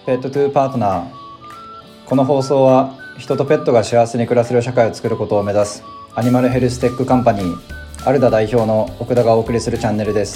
ペットトゥーパートナー。この放送は人とペットが幸せに暮らせる社会を作ることを目指すアニマルヘルステックカンパニーアルダ代表の奥田がお送りするチャンネルです。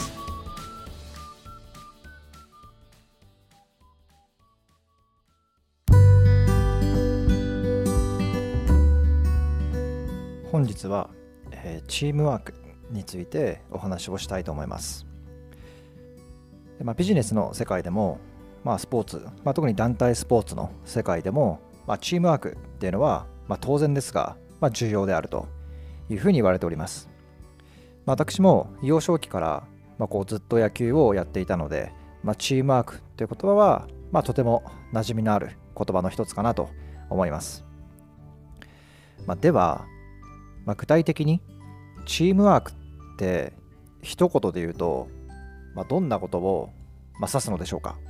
本日は、チームワークについてお話をしたいと思います。でビジネスの世界でも、スポーツ、特に団体スポーツの世界でも、チームワークっていうのは、当然ですが、重要であるというふうに言われております。私も幼少期から、ずっと野球をやっていたので、チームワークという言葉は、とても馴染みのある言葉の一つかなと思います。では、具体的にチームワークって一言で言うと、どんなことを指すのでしょうか。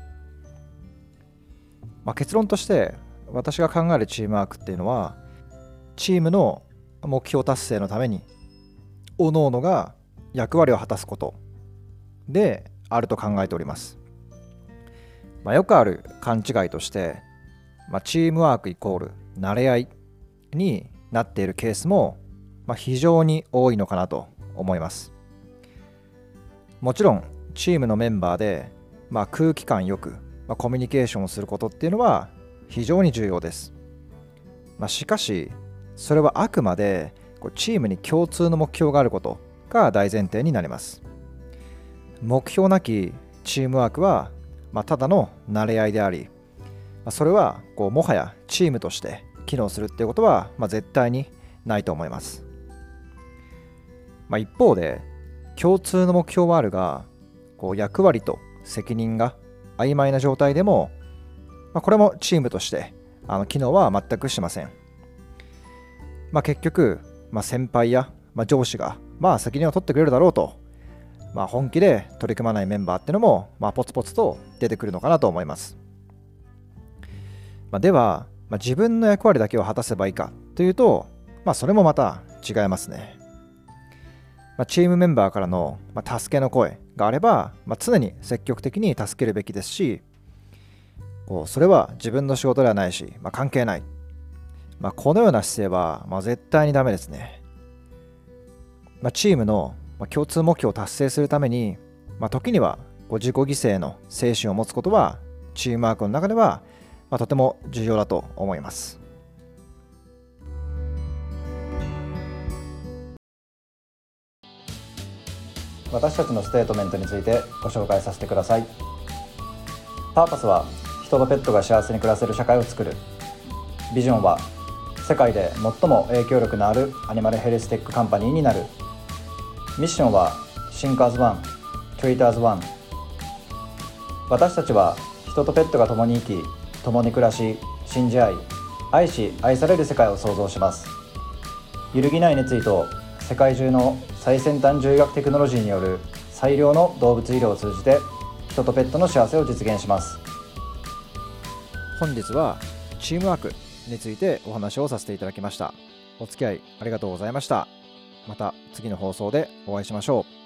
結論として私が考えるチームワークっていうのは、チームの目標達成のために各々が役割を果たすことであると考えております。よくある勘違いとして、チームワークイコール慣れ合いになっているケースも非常に多いのかなと思います。もちろんチームのメンバーで、空気感よく、コミュニケーションをすることっていうのは非常に重要です。しかしそれはあくまでチームに共通の目標があることが大前提になります。目標なきチームワークは、ただの慣れ合いであり、それはもはやチームとして機能するっていうことは、絶対にないと思います。一方で共通の目標はあるが、役割と責任が曖昧な状態でも、これもチームとして機能は全くしません。結局、先輩や、上司が責任を取ってくれるだろうと、本気で取り組まないメンバーっていうのも、ポツポツと出てくるのかなと思います。では、自分の役割だけを果たせばいいかというと、それもまた違いますね。チームメンバーからの助けの声があれば、常に積極的に助けるべきですし、それは自分の仕事ではないし、関係ない、このような姿勢は絶対にダメですね。チームの共通目標を達成するために、時には自己犠牲の精神を持つことはチームワークの中ではとても重要だと思います。 私たちのステートメントについてご紹介させてください。パーパスは人とペットが幸せに暮らせる社会を作る。ビジョンは世界で最も影響力のあるアニマルヘルステックカンパニーになる。ミッションは Think as one, Treat as one。 私たちは人とペットが共に生き、共に暮らし、信じ合い、愛し愛される世界を創造します。揺るぎない熱意と世界中の最先端獣医学テクノロジーによる最良の動物医療を通じて人とペットの幸せを実現します。 本日はチームワークについてお話をさせていただきました。お付き合いありがとうございました。また次の放送でお会いしましょう。